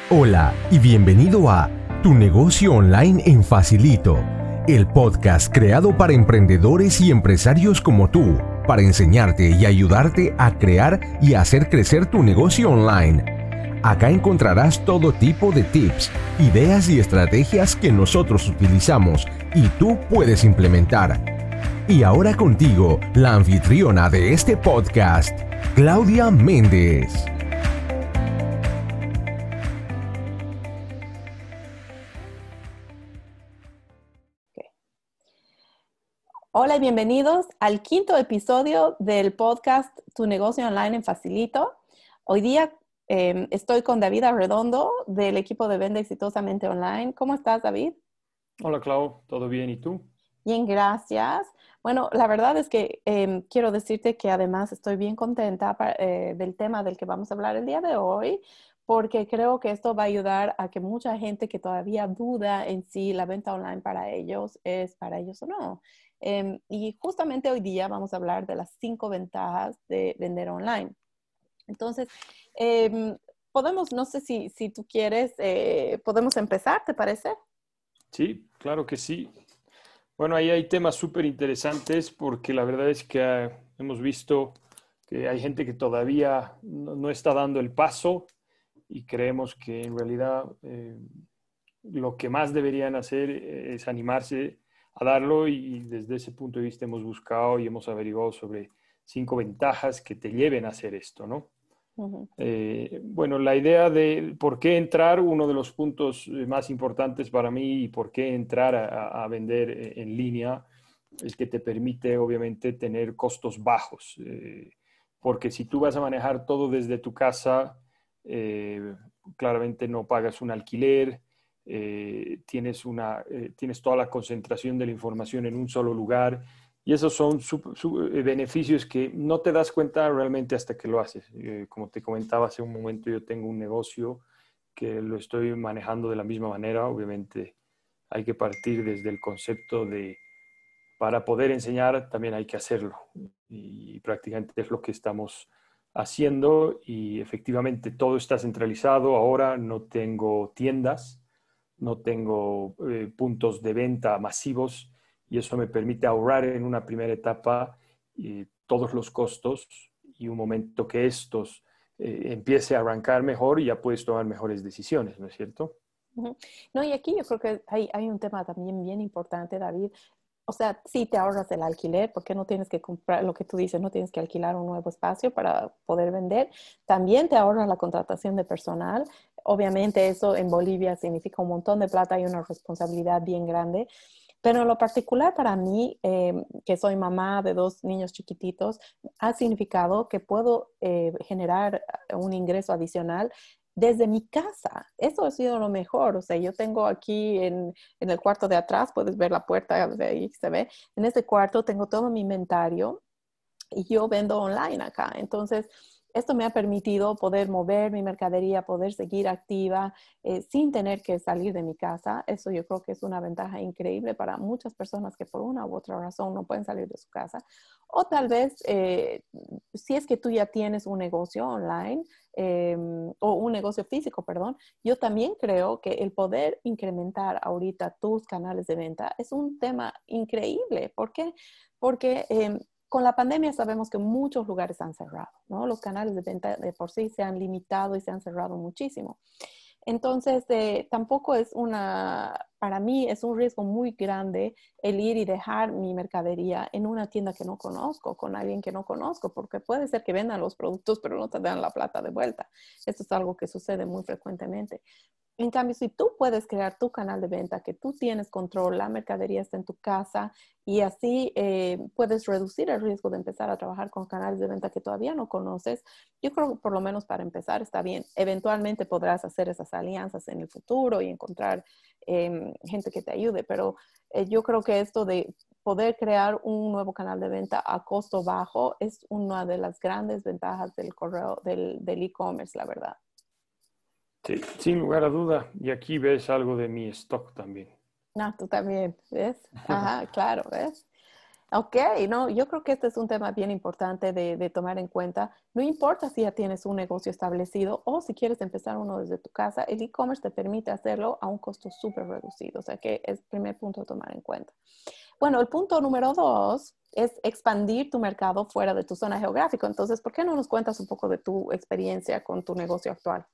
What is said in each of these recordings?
Hola y bienvenido a Tu negocio online en Facilito, el podcast creado para emprendedores y empresarios como tú, para enseñarte y ayudarte a crear y hacer crecer tu negocio online. Acá encontrarás todo tipo de tips, ideas y estrategias que nosotros utilizamos y tú puedes implementar. Y ahora contigo, la anfitriona de este podcast, Claudia Méndez. Hola y bienvenidos al quinto episodio del podcast Tu negocio online en Facilito. Hoy día estoy con David Arredondo del equipo de Venda Exitosamente Online. ¿Cómo estás, David? Hola, Clau. ¿Todo bien? ¿Y tú? Bien, gracias. Bueno, la verdad es que quiero decirte que además estoy bien contenta del tema del que vamos a hablar el día de hoy, porque creo que esto va a ayudar a que mucha gente que todavía duda en si la venta online para ellos es para ellos o no. Y justamente hoy día vamos a hablar de las 5 ventajas de vender online. Entonces, podemos, no sé si tú quieres, podemos empezar, ¿te parece? Sí, claro que sí. Bueno, ahí hay temas súper interesantes porque la verdad es que hemos visto que hay gente que todavía no está dando el paso y creemos que en realidad lo que más deberían hacer es animarse a darlo y desde ese punto de vista hemos buscado y hemos averiguado sobre 5 ventajas que te lleven a hacer esto, ¿no? Uh-huh. Bueno, la idea de por qué entrar, uno de los puntos más importantes para mí y por qué entrar a vender en línea es que te permite obviamente tener costos bajos. Porque si tú vas a manejar todo desde tu casa, claramente no pagas un alquiler, tienes toda la concentración de la información en un solo lugar. Y esos son beneficios que no te das cuenta realmente hasta que lo haces. Como te comentaba hace un momento, yo tengo un negocio que lo estoy manejando de la misma manera. Obviamente hay que partir desde el concepto de, para poder enseñar, también hay que hacerlo. Y prácticamente es lo que estamos haciendo. Y efectivamente todo está centralizado. Ahora no tengo tiendas, no tengo puntos de venta masivos y eso me permite ahorrar en una primera etapa todos los costos y un momento que estos empiece a arrancar mejor y ya puedes tomar mejores decisiones, ¿no es cierto? Uh-huh. No, y aquí yo creo que hay un tema también bien importante, David. O sea, sí te ahorras el alquiler, porque no tienes que comprar, lo que tú dices, no tienes que alquilar un nuevo espacio para poder vender. También te ahorras la contratación de personal. Obviamente eso en Bolivia significa un montón de plata y una responsabilidad bien grande. Pero en lo particular para mí, que soy mamá de 2 niños chiquititos, ha significado que puedo generar un ingreso adicional desde mi casa. Eso ha sido lo mejor. O sea, yo tengo aquí en el cuarto de atrás, puedes ver la puerta de ahí se ve. En este cuarto tengo todo mi inventario y yo vendo online acá. Entonces, esto me ha permitido poder mover mi mercadería, poder seguir activa sin tener que salir de mi casa. Eso yo creo que es una ventaja increíble para muchas personas que por una u otra razón no pueden salir de su casa. O tal vez, si es que tú ya tienes un negocio online o un negocio físico, perdón, yo también creo que el poder incrementar ahorita tus canales de venta es un tema increíble. ¿Por qué? Porque con la pandemia sabemos que muchos lugares han cerrado, ¿no? Los canales de venta de por sí se han limitado y se han cerrado muchísimo. Entonces, tampoco es para mí es un riesgo muy grande el ir y dejar mi mercadería en una tienda que no conozco, con alguien que no conozco, porque puede ser que vendan los productos, pero no te dan la plata de vuelta. Esto es algo que sucede muy frecuentemente. En cambio, si tú puedes crear tu canal de venta, que tú tienes control, la mercadería está en tu casa y así puedes reducir el riesgo de empezar a trabajar con canales de venta que todavía no conoces, yo creo que por lo menos para empezar está bien. Eventualmente podrás hacer esas alianzas en el futuro y encontrar gente que te ayude, pero yo creo que esto de poder crear un nuevo canal de venta a costo bajo es una de las grandes ventajas del correo, del e-commerce, la verdad. Sí, sin lugar a duda. Y aquí ves algo de mi stock también. No, tú también, ¿ves? Ajá, claro, ¿ves? Ok, no, yo creo que este es un tema bien importante de tomar en cuenta. No importa si ya tienes un negocio establecido o si quieres empezar uno desde tu casa, el e-commerce te permite hacerlo a un costo súper reducido. O sea que es el primer punto a tomar en cuenta. Bueno, el punto número 2 es expandir tu mercado fuera de tu zona geográfica. Entonces, ¿por qué no nos cuentas un poco de tu experiencia con tu negocio actual?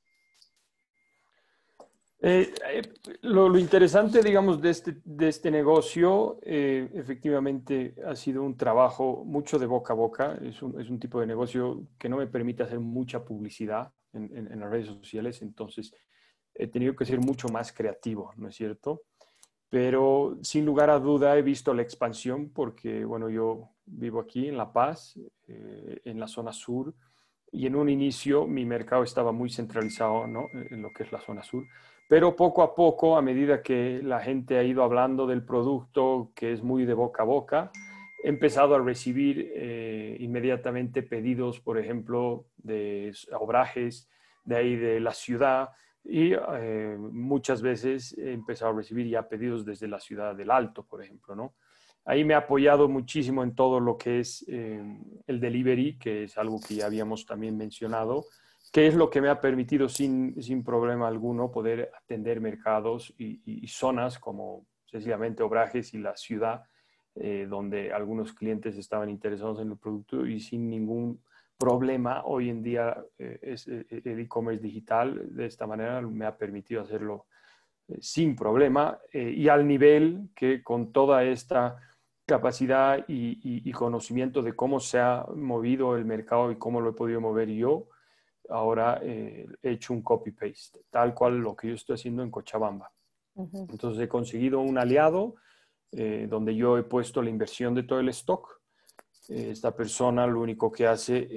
Lo interesante, digamos, de este negocio, efectivamente ha sido un trabajo mucho de boca a boca. Es un tipo de negocio que no me permite hacer mucha publicidad en las redes sociales, entonces he tenido que ser mucho más creativo, ¿no es cierto? Pero sin lugar a duda he visto la expansión porque, bueno, yo vivo aquí en La Paz, en la zona sur, y en un inicio mi mercado estaba muy centralizado, ¿no? En lo que es la zona sur. Pero poco a poco, a medida que la gente ha ido hablando del producto, que es muy de boca a boca, he empezado a recibir inmediatamente pedidos, por ejemplo, de obrajes de ahí de la ciudad y muchas veces he empezado a recibir ya pedidos desde la ciudad del Alto, por ejemplo, ¿no? Ahí me ha apoyado muchísimo en todo lo que es el delivery, que es algo que ya habíamos también mencionado, que es lo que me ha permitido sin problema alguno poder atender mercados y zonas como sencillamente Obrajes y la ciudad, donde algunos clientes estaban interesados en el producto y sin ningún problema. Hoy en día el e-commerce digital de esta manera me ha permitido hacerlo sin problema y al nivel que con toda esta capacidad y conocimiento de cómo se ha movido el mercado y cómo lo he podido mover yo, ahora he hecho un copy-paste, tal cual lo que yo estoy haciendo en Cochabamba. Ujú. Entonces he conseguido un aliado donde yo he puesto la inversión de todo el stock. Esta persona lo único que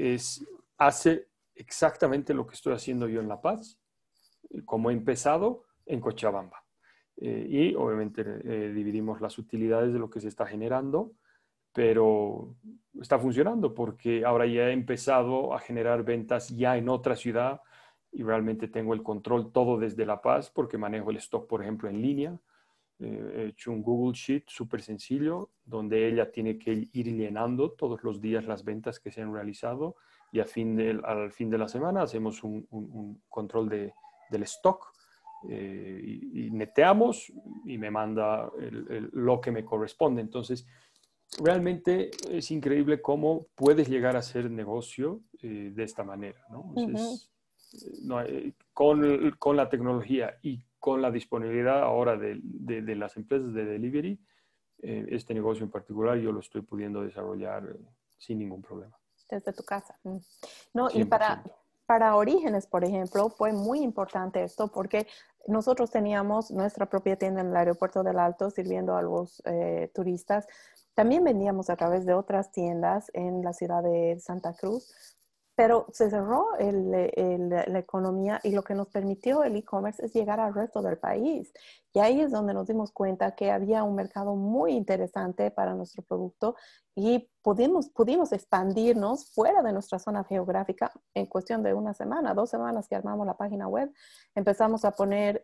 hace exactamente lo que estoy haciendo yo en La Paz, como he empezado en Cochabamba. Y obviamente dividimos las utilidades de lo que se está generando, pero está funcionando porque ahora ya he empezado a generar ventas ya en otra ciudad y realmente tengo el control todo desde La Paz porque manejo el stock, por ejemplo, en línea. He hecho un Google Sheet súper sencillo donde ella tiene que ir llenando todos los días las ventas que se han realizado y al fin de la semana hacemos un control del stock y neteamos y me manda lo que me corresponde. Entonces, realmente es increíble cómo puedes llegar a hacer negocio de esta manera, ¿no? Ujú. Entonces, con la tecnología y con la disponibilidad ahora de las empresas de delivery, este negocio en particular yo lo estoy pudiendo desarrollar sin ningún problema. Desde tu casa. Mm. No, y 100%. para Orígenes, por ejemplo, fue muy importante esto porque nosotros teníamos nuestra propia tienda en el aeropuerto del Alto sirviendo a los turistas. También vendíamos a través de otras tiendas en la ciudad de Santa Cruz, pero se cerró la economía y lo que nos permitió el e-commerce es llegar al resto del país. Y ahí es donde nos dimos cuenta que había un mercado muy interesante para nuestro producto y pudimos expandirnos fuera de nuestra zona geográfica en cuestión de una semana, 2 semanas que armamos la página web. Empezamos a poner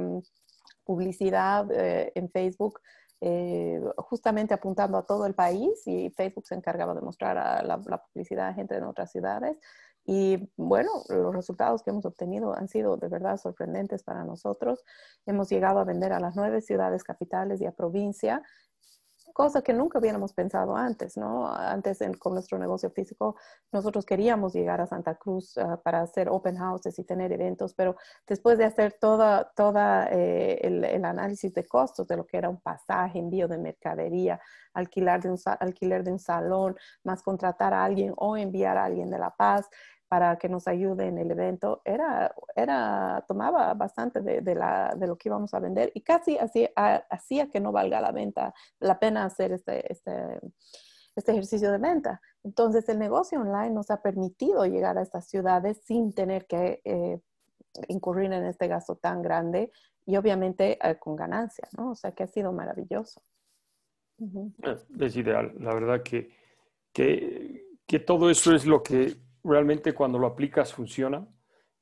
publicidad en Facebook, justamente apuntando a todo el país y Facebook se encargaba de mostrar a la publicidad a gente en otras ciudades. Y bueno, los resultados que hemos obtenido han sido de verdad sorprendentes para nosotros. Hemos llegado a vender a las 9 ciudades capitales y a provincia, cosa que nunca hubiéramos pensado antes, ¿no? Antes con nuestro negocio físico, nosotros queríamos llegar a Santa Cruz para hacer open houses y tener eventos, pero después de hacer toda el análisis de costos de lo que era un pasaje, envío de mercadería, alquiler de un salón, más contratar a alguien o enviar a alguien de La Paz para que nos ayude en el evento, tomaba bastante de lo que íbamos a vender y casi hacía que no valga la pena hacer este ejercicio de venta. Entonces, el negocio online nos ha permitido llegar a estas ciudades sin tener que incurrir en este gasto tan grande y obviamente con ganancia, ¿no? O sea, que ha sido maravilloso. Uh-huh. Es ideal. La verdad que todo eso es lo que realmente cuando lo aplicas funciona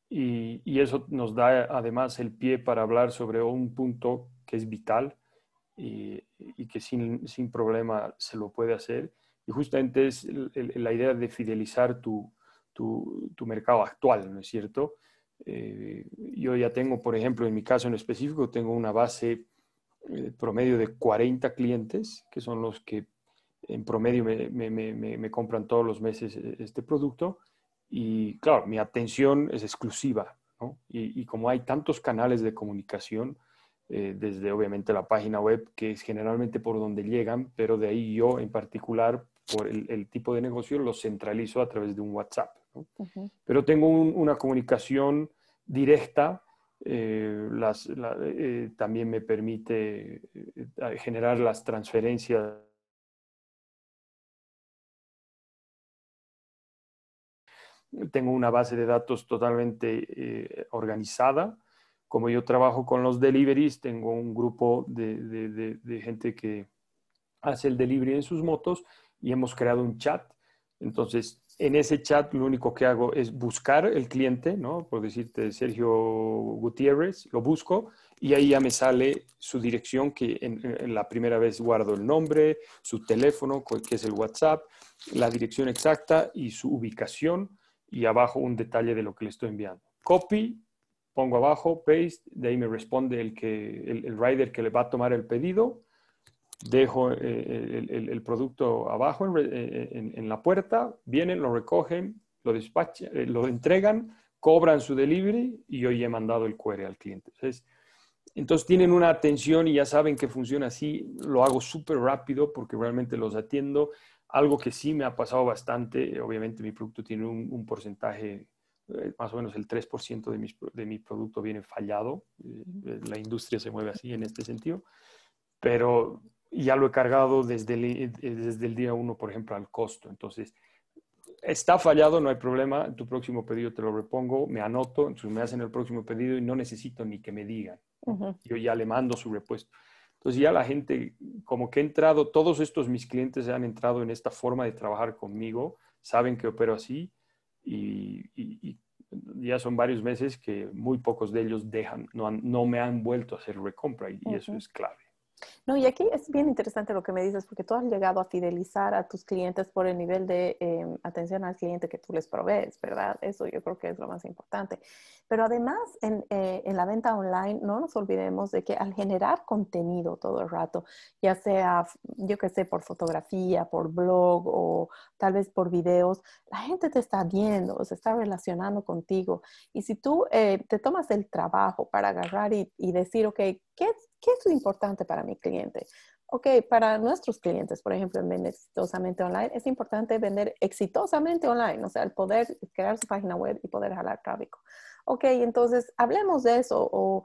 y eso nos da además el pie para hablar sobre un punto que es vital, y que sin problema se lo puede hacer. Y justamente es la idea de fidelizar tu mercado actual, ¿no es cierto? Yo ya tengo, por ejemplo, en mi caso en específico, tengo una base promedio de 40 clientes, que son los que en promedio me compran todos los meses este producto. Y claro, mi atención es exclusiva, ¿no? Y como hay tantos canales de comunicación, desde obviamente la página web, que es generalmente por donde llegan, pero de ahí yo en particular, por el tipo de negocio, lo centralizo a través de un WhatsApp, ¿no? Ujú. Pero tengo una comunicación directa. También me permite generar las transferencias. Tengo una base de datos totalmente organizada. Como yo trabajo con los deliveries, tengo un grupo de gente que hace el delivery en sus motos y hemos creado un chat. Entonces, en ese chat lo único que hago es buscar el cliente, ¿no? Por decirte Sergio Gutiérrez, lo busco y ahí ya me sale su dirección, que en la primera vez guardo el nombre, su teléfono, que es el WhatsApp, la dirección exacta y su ubicación, y abajo un detalle de lo que le estoy enviando. Copy, pongo abajo, paste, de ahí me responde el rider que le va a tomar el pedido. Dejo el producto abajo en la puerta, vienen, lo recogen, lo despachan, lo entregan, cobran su delivery y yo ya he mandado el QR al cliente. Entonces tienen una atención y ya saben que funciona así. Lo hago súper rápido porque realmente los atiendo. Algo que sí me ha pasado bastante, obviamente mi producto tiene un porcentaje, más o menos el 3% de mi producto viene fallado. La industria se mueve así en este sentido, pero ya lo he cargado desde el día uno, por ejemplo, al costo. Entonces, está fallado, no hay problema. Tu próximo pedido te lo repongo, me anoto, entonces me hacen el próximo pedido y no necesito ni que me digan, ¿no? Ujú. Yo ya le mando su repuesto. Entonces ya la gente, como que he entrado, todos estos mis clientes han entrado en esta forma de trabajar conmigo, saben que opero así y ya son varios meses que muy pocos de ellos no me han vuelto a hacer recompra y eso Ujú. es clave. No, y aquí es bien interesante lo que me dices, porque tú has llegado a fidelizar a tus clientes por el nivel de atención al cliente que tú les provees, ¿verdad? Eso yo creo que es lo más importante. Pero además, en la venta online, no nos olvidemos de que al generar contenido todo el rato, ya sea, yo qué sé, por fotografía, por blog o tal vez por videos, la gente te está viendo, se está relacionando contigo. Y si tú te tomas el trabajo para agarrar y decir, ok, ¿qué es lo importante para mi cliente? Ok, para nuestros clientes, por ejemplo, en Vender Exitosamente Online, es importante vender exitosamente online, o sea, el poder crear su página web y poder jalar tráfico. Ok, entonces hablemos de eso o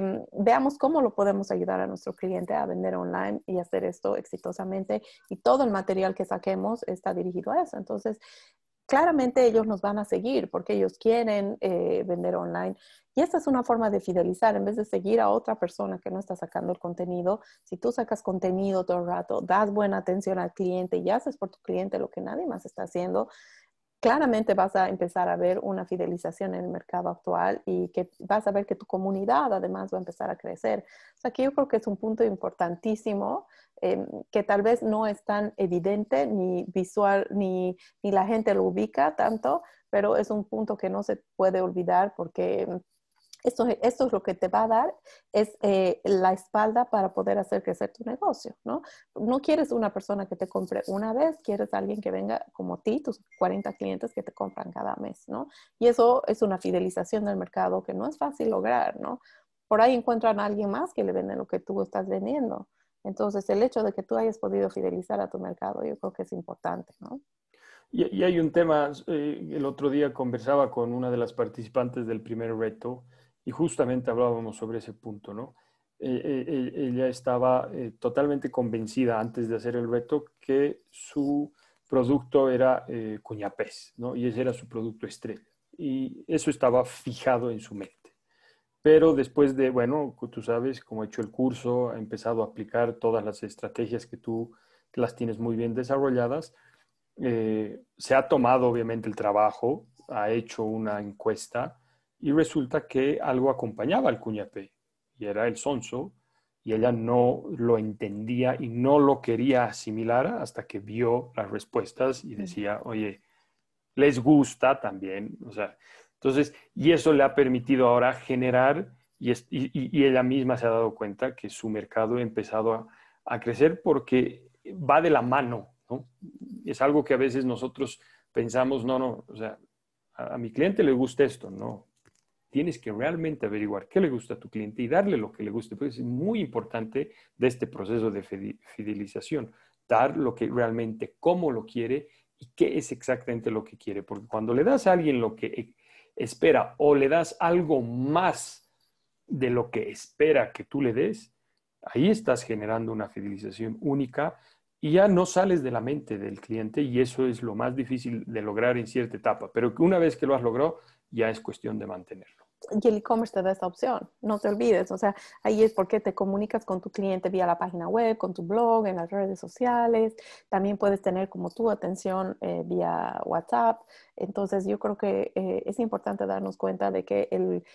veamos cómo lo podemos ayudar a nuestro cliente a vender online y hacer esto exitosamente, y todo el material que saquemos está dirigido a eso. Entonces, claramente ellos nos van a seguir porque ellos quieren vender online. Y esta es una forma de fidelizar. En vez de seguir a otra persona que no está sacando el contenido, si tú sacas contenido todo el rato, das buena atención al cliente y haces por tu cliente lo que nadie más está haciendo, claramente vas a empezar a ver una fidelización en el mercado actual y que vas a ver que tu comunidad además va a empezar a crecer. O sea, que yo creo que es un punto importantísimo que tal vez no es tan evidente ni visual, ni la gente lo ubica tanto, pero es un punto que no se puede olvidar porque esto es lo que te va a dar, es la espalda para poder hacer crecer tu negocio, ¿no? No quieres una persona que te compre una vez, quieres alguien que venga como ti, tus 40 clientes que te compran cada mes, ¿no? Y eso es una fidelización del mercado que no es fácil lograr, ¿no? Por ahí encuentran a alguien más que le vende lo que tú estás vendiendo. Entonces, el hecho de que tú hayas podido fidelizar a tu mercado, yo creo que es importante, ¿no? Y hay un tema, el otro día conversaba con una de las participantes del primer reto y justamente hablábamos sobre ese punto, ¿no? Ella estaba totalmente convencida antes de hacer el reto que su producto era Cuñapés, ¿no? Y ese era su producto estrella. Y eso estaba fijado en su mente. Pero después de, bueno, tú sabes, como he hecho el curso, he empezado a aplicar todas las estrategias que las tienes muy bien desarrolladas. Se ha tomado obviamente el trabajo, ha hecho una encuesta y resulta que algo acompañaba al cuñapé y era el sonso y ella no lo entendía y no lo quería asimilar hasta que vio las respuestas y decía, oye, les gusta también, o sea, entonces, y eso le ha permitido ahora generar, y ella misma se ha dado cuenta que su mercado ha empezado a crecer porque va de la mano, ¿no? Es algo que a veces nosotros pensamos, no, o sea, a mi cliente le gusta esto, no. Tienes que realmente averiguar qué le gusta a tu cliente y darle lo que le guste, porque es muy importante de este proceso de fidelización, dar lo que realmente, cómo lo quiere y qué es exactamente lo que quiere, porque cuando le das a alguien lo que espera o le das algo más de lo que espera que tú le des, ahí estás generando una fidelización única y ya no sales de la mente del cliente y eso es lo más difícil de lograr en cierta etapa, pero que una vez que lo has logrado, ya es cuestión de mantenerlo. Y el e-commerce te da esta opción, no te olvides, o sea, ahí es porque te comunicas con tu cliente vía la página web, con tu blog, en las redes sociales, también puedes tener como tu atención vía WhatsApp, entonces yo creo que es importante darnos cuenta de que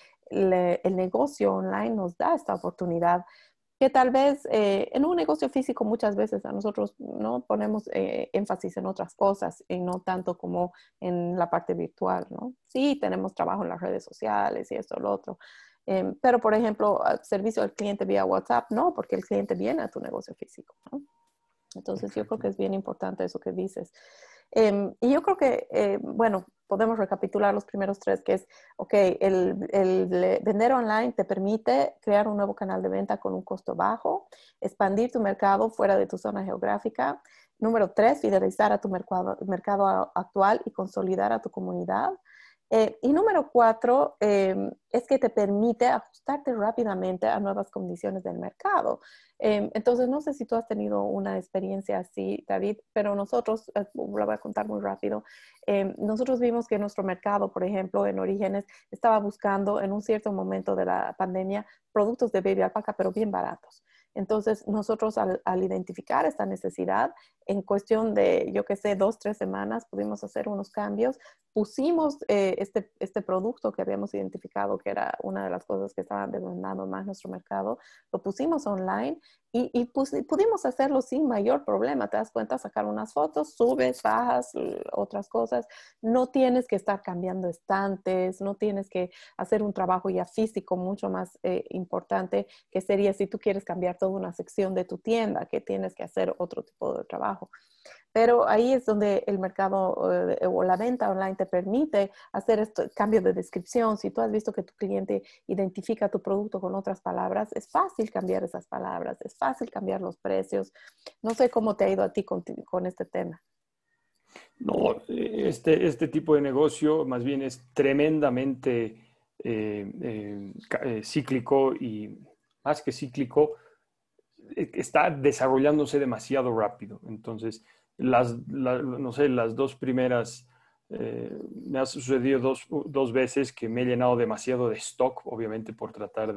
el negocio online nos da esta oportunidad que tal vez en un negocio físico muchas veces a nosotros no ponemos énfasis en otras cosas y no tanto como en la parte virtual, ¿no? Sí, tenemos trabajo en las redes sociales y esto, lo otro. Pero, por ejemplo, servicio al cliente vía WhatsApp, no, porque el cliente viene a tu negocio físico, ¿no? Entonces, yo creo que es bien importante eso que dices. Y yo creo que, bueno, podemos recapitular los primeros tres, que es, ok, el vender online te permite crear un nuevo canal de venta con un costo bajo, expandir tu mercado fuera de tu zona geográfica. Número tres, fidelizar a tu mercado actual y consolidar a tu comunidad. Y número cuatro, es que te permite ajustarte rápidamente a nuevas condiciones del mercado. Entonces, no sé si tú has tenido una experiencia así, David, pero nosotros, lo voy a contar muy rápido, nosotros vimos que nuestro mercado, por ejemplo, en Orígenes, estaba buscando en un cierto momento de la pandemia productos de baby alpaca, pero bien baratos. Entonces, nosotros al identificar esta necesidad, en cuestión de, yo qué sé, 2, 3 semanas, pudimos hacer unos cambios. Pusimos este producto que habíamos identificado que era una de las cosas que estaban demandando más nuestro mercado, lo pusimos online y pudimos hacerlo sin mayor problema. Te das cuenta, sacar unas fotos, subes, bajas, otras cosas. No tienes que estar cambiando estantes, no tienes que hacer un trabajo ya físico mucho más importante, que sería si tú quieres cambiar toda una sección de tu tienda, que tienes que hacer otro tipo de trabajo. Pero ahí es donde el mercado o la venta online te permite hacer este cambio de descripción. Si tú has visto que tu cliente identifica tu producto con otras palabras, es fácil cambiar esas palabras, es fácil cambiar los precios. No sé cómo te ha ido a ti con este tema. No, este tipo de negocio más bien es tremendamente cíclico y más que cíclico, está desarrollándose demasiado rápido. Entonces, no sé, las dos primeras, me ha sucedido dos veces que me he llenado demasiado de stock, obviamente por tratar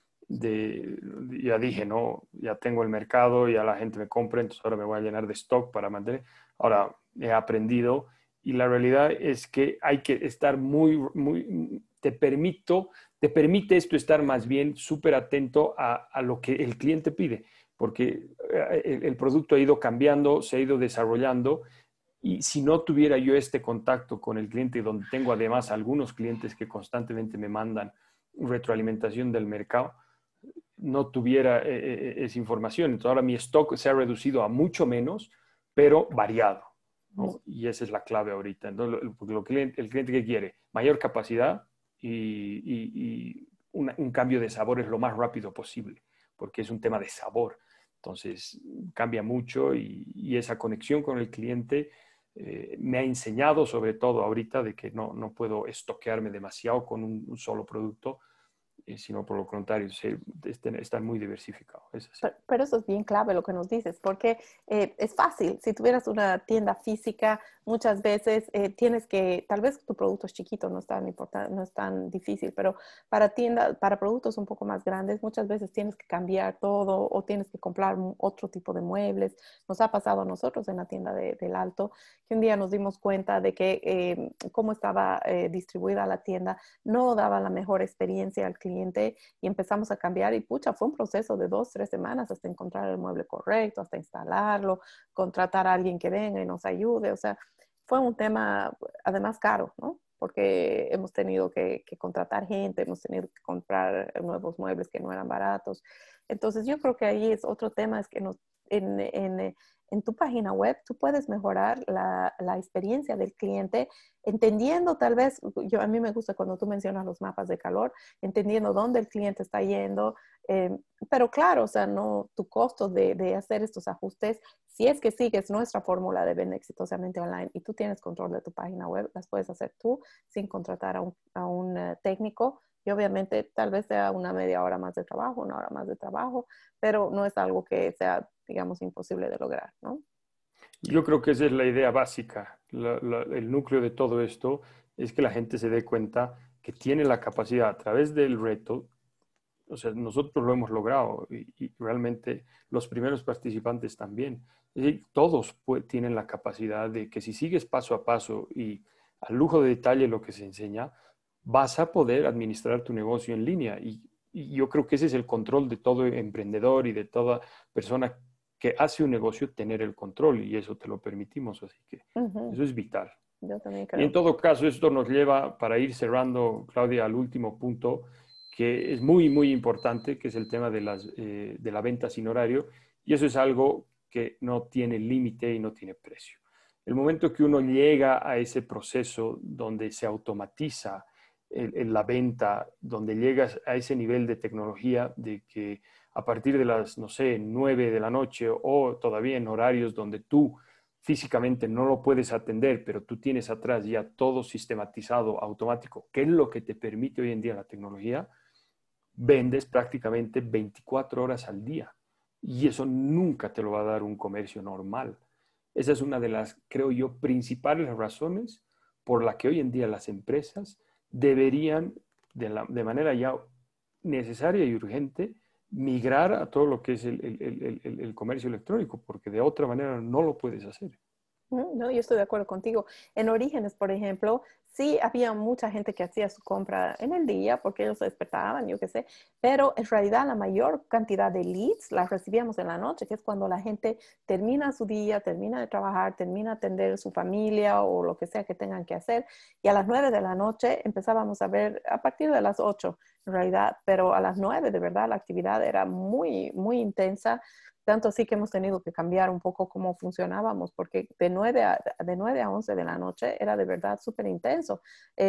ya dije, ¿no? Ya tengo el mercado, ya la gente me compra, entonces ahora me voy a llenar de stock para mantener. Ahora he aprendido y la realidad es que hay que estar te permite esto estar más bien súper atento a lo que el cliente pide, porque el producto ha ido cambiando, se ha ido desarrollando y si no tuviera yo este contacto con el cliente, donde tengo además algunos clientes que constantemente me mandan retroalimentación del mercado, no tuviera esa información. Entonces ahora mi stock se ha reducido a mucho menos, pero variado, ¿no? Y esa es la clave ahorita. Entonces, el cliente que quiere mayor capacidad y un cambio de sabor es lo más rápido posible, porque es un tema de sabor. Entonces cambia mucho y esa conexión con el cliente me ha enseñado sobre todo ahorita de que no puedo estoquearme demasiado con un solo producto, sino por lo contrario, está muy diversificado. Es así. Pero eso es bien clave lo que nos dices, porque es fácil. Si tuvieras una tienda física, muchas veces tienes que, tal vez tu producto es chiquito, no es tan importante, no es tan difícil, pero para productos un poco más grandes, muchas veces tienes que cambiar todo o tienes que comprar otro tipo de muebles. Nos ha pasado a nosotros en la tienda del Alto, que un día nos dimos cuenta de que cómo estaba distribuida la tienda no daba la mejor experiencia al cliente cliente y empezamos a cambiar y pucha, fue un proceso de 2, 3 semanas hasta encontrar el mueble correcto, hasta instalarlo, contratar a alguien que venga y nos ayude. O sea, fue un tema además caro, ¿no? Porque hemos tenido que contratar gente, hemos tenido que comprar nuevos muebles que no eran baratos. Entonces yo creo que ahí es otro tema, es que en tu página web tú puedes mejorar la experiencia del cliente, entendiendo tal vez, a mí me gusta cuando tú mencionas los mapas de calor, entendiendo dónde el cliente está yendo, pero claro, o sea, no tu costo de hacer estos ajustes, si es que sigues nuestra fórmula de vender exitosamente online y tú tienes control de tu página web, las puedes hacer tú sin contratar a un técnico. Y obviamente tal vez sea una media hora más de trabajo, una hora más de trabajo, pero no es algo que sea, digamos, imposible de lograr, ¿no? Yo creo que esa es la idea básica. El núcleo de todo esto es que la gente se dé cuenta que tiene la capacidad a través del reto. O sea, nosotros lo hemos logrado y realmente los primeros participantes también. Es decir, todos tienen la capacidad de que si sigues paso a paso y al lujo de detalle lo que se enseña, vas a poder administrar tu negocio en línea. Y yo creo que ese es el control de todo emprendedor y de toda persona que hace un negocio, tener el control y eso te lo permitimos. Así que eso es vital. Yo también Y en creo. todo caso, esto nos lleva, para ir cerrando, Claudia, al último punto, que es muy, muy importante, que es el tema de la venta sin horario. Y eso es algo que no tiene límite y no tiene precio. El momento que uno llega a ese proceso donde se automatiza la venta, donde llegas a ese nivel de tecnología de que a partir de las, no sé, 9 de la noche o todavía en horarios donde tú físicamente no lo puedes atender, pero tú tienes atrás ya todo sistematizado, automático, que es lo que te permite hoy en día la tecnología, vendes prácticamente 24 horas al día. Y eso nunca te lo va a dar un comercio normal. Esa es una de las, creo yo, principales razones por la que hoy en día las empresas deberían, de manera ya necesaria y urgente, migrar a todo lo que es el comercio electrónico, porque de otra manera no lo puedes hacer. No, yo estoy de acuerdo contigo. En Orígenes, por ejemplo, sí había mucha gente que hacía su compra en el día porque ellos se despertaban, yo qué sé, pero en realidad la mayor cantidad de leads las recibíamos en la noche, que es cuando la gente termina su día, termina de trabajar, termina de atender su familia o lo que sea que tengan que hacer, y a las 9 de la noche empezábamos a ver, a partir de las 8 en realidad, pero a las 9 de verdad la actividad era muy, muy intensa. Tanto así que hemos tenido que cambiar un poco cómo funcionábamos, porque de 9 a 11 de la noche era de verdad súper intenso.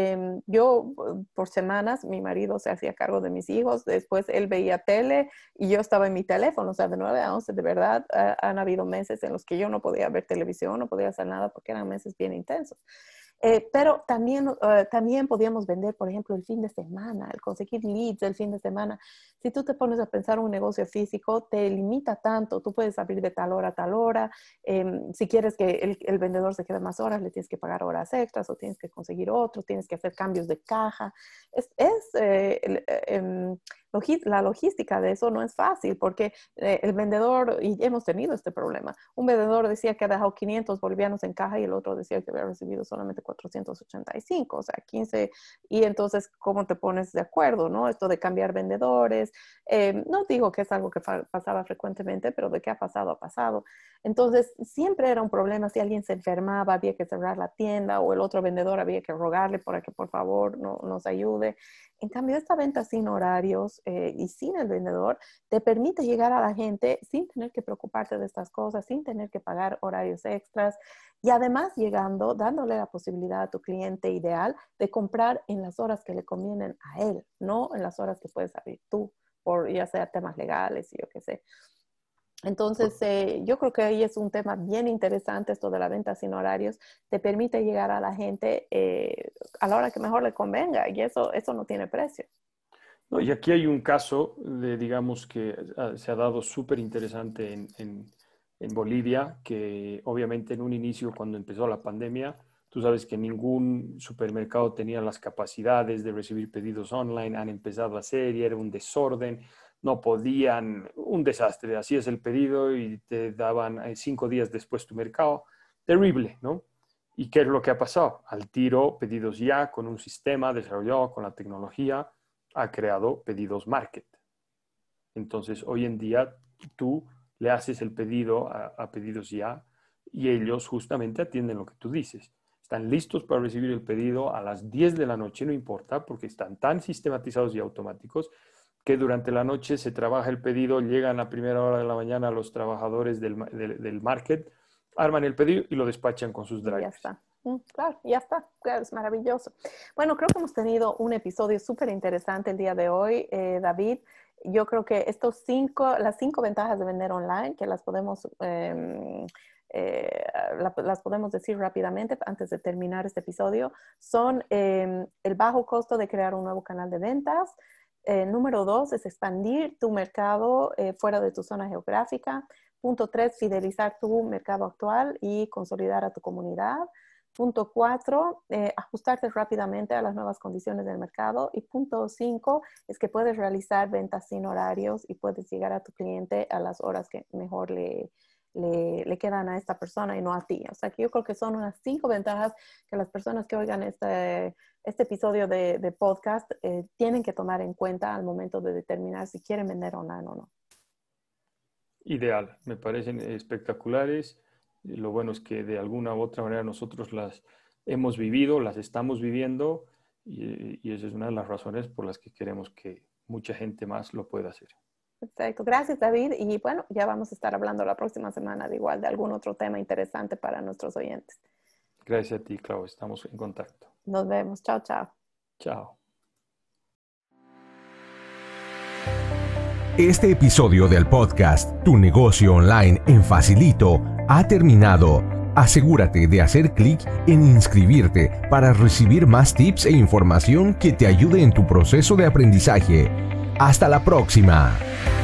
Yo, por semanas, mi marido se hacía cargo de mis hijos, después él veía tele y yo estaba en mi teléfono. O sea, de 9 a 11 de verdad han habido meses en los que yo no podía ver televisión, no podía hacer nada porque eran meses bien intensos. Pero también podíamos vender, por ejemplo, el fin de semana, el conseguir leads el fin de semana. Si tú te pones a pensar un negocio físico, te limita tanto. Tú puedes abrir de tal hora a tal hora. Si quieres que el vendedor se quede más horas, le tienes que pagar horas extras o tienes que conseguir otro, tienes que hacer cambios de caja. La logística de eso no es fácil porque el vendedor, y hemos tenido este problema, un vendedor decía que ha dejado 500 bolivianos en caja y el otro decía que había recibido solamente 485, o sea, 15, y entonces, ¿cómo te pones de acuerdo, no? Esto de cambiar vendedores, no digo que es algo que pasaba frecuentemente, pero de qué ha pasado. Entonces, siempre era un problema. Si alguien se enfermaba, había que cerrar la tienda o el otro vendedor había que rogarle para que por favor nos ayude. En cambio, esta venta sin horarios y sin el vendedor te permite llegar a la gente sin tener que preocuparte de estas cosas, sin tener que pagar horarios extras y además llegando, dándole la posibilidad a tu cliente ideal de comprar en las horas que le convienen a él, no en las horas que puedes abrir tú, por ya sea temas legales y yo qué sé. Entonces, yo creo que ahí es un tema bien interesante esto de la venta sin horarios. Te permite llegar a la gente a la hora que mejor le convenga y eso no tiene precio. No, y aquí hay un caso de, digamos, que se ha dado súper interesante en Bolivia, que obviamente en un inicio, cuando empezó la pandemia, tú sabes que ningún supermercado tenía las capacidades de recibir pedidos online, han empezado a hacer y era un desorden, no podían, un desastre, hacías el pedido y te daban 5 días después tu mercado, terrible, ¿no? ¿Y qué es lo que ha pasado? Al tiro, pedidos ya, con un sistema desarrollado con la tecnología, ha creado Pedidos Market. Entonces, hoy en día, tú le haces el pedido a Pedidos Ya y ellos justamente atienden lo que tú dices. Están listos para recibir el pedido a las 10 de la noche, no importa, porque están tan sistematizados y automáticos que durante la noche se trabaja el pedido, llegan a primera hora de la mañana los trabajadores del market, arman el pedido y lo despachan con sus drivers. Ya está. Claro, ya está. Claro, es maravilloso. Bueno, creo que hemos tenido un episodio súper interesante el día de hoy, David. Yo creo que las 5 ventajas de vender online, que las podemos decir rápidamente antes de terminar este episodio, son el bajo costo de crear un nuevo canal de ventas. Número 2 es expandir tu mercado fuera de tu zona geográfica. Punto 3, fidelizar tu mercado actual y consolidar a tu comunidad. Punto 4, ajustarte rápidamente a las nuevas condiciones del mercado. Y punto 5 es que puedes realizar ventas sin horarios y puedes llegar a tu cliente a las horas que mejor le quedan a esta persona y no a ti. O sea, que yo creo que son unas 5 ventajas que las personas que oigan este episodio de podcast tienen que tomar en cuenta al momento de determinar si quieren vender online o no. Ideal, me parecen espectaculares. Lo bueno es que de alguna u otra manera nosotros las hemos vivido, las estamos viviendo y esa es una de las razones por las que queremos que mucha gente más lo pueda hacer. Perfecto, gracias David. Y bueno, ya vamos a estar hablando la próxima semana de algún otro tema interesante para nuestros oyentes. Gracias a ti, Clau. Estamos en contacto. Nos vemos. Chao, chao. Chao. Este episodio del podcast Tu negocio online en Facilito ha terminado. Asegúrate de hacer clic en inscribirte para recibir más tips e información que te ayude en tu proceso de aprendizaje. ¡Hasta la próxima!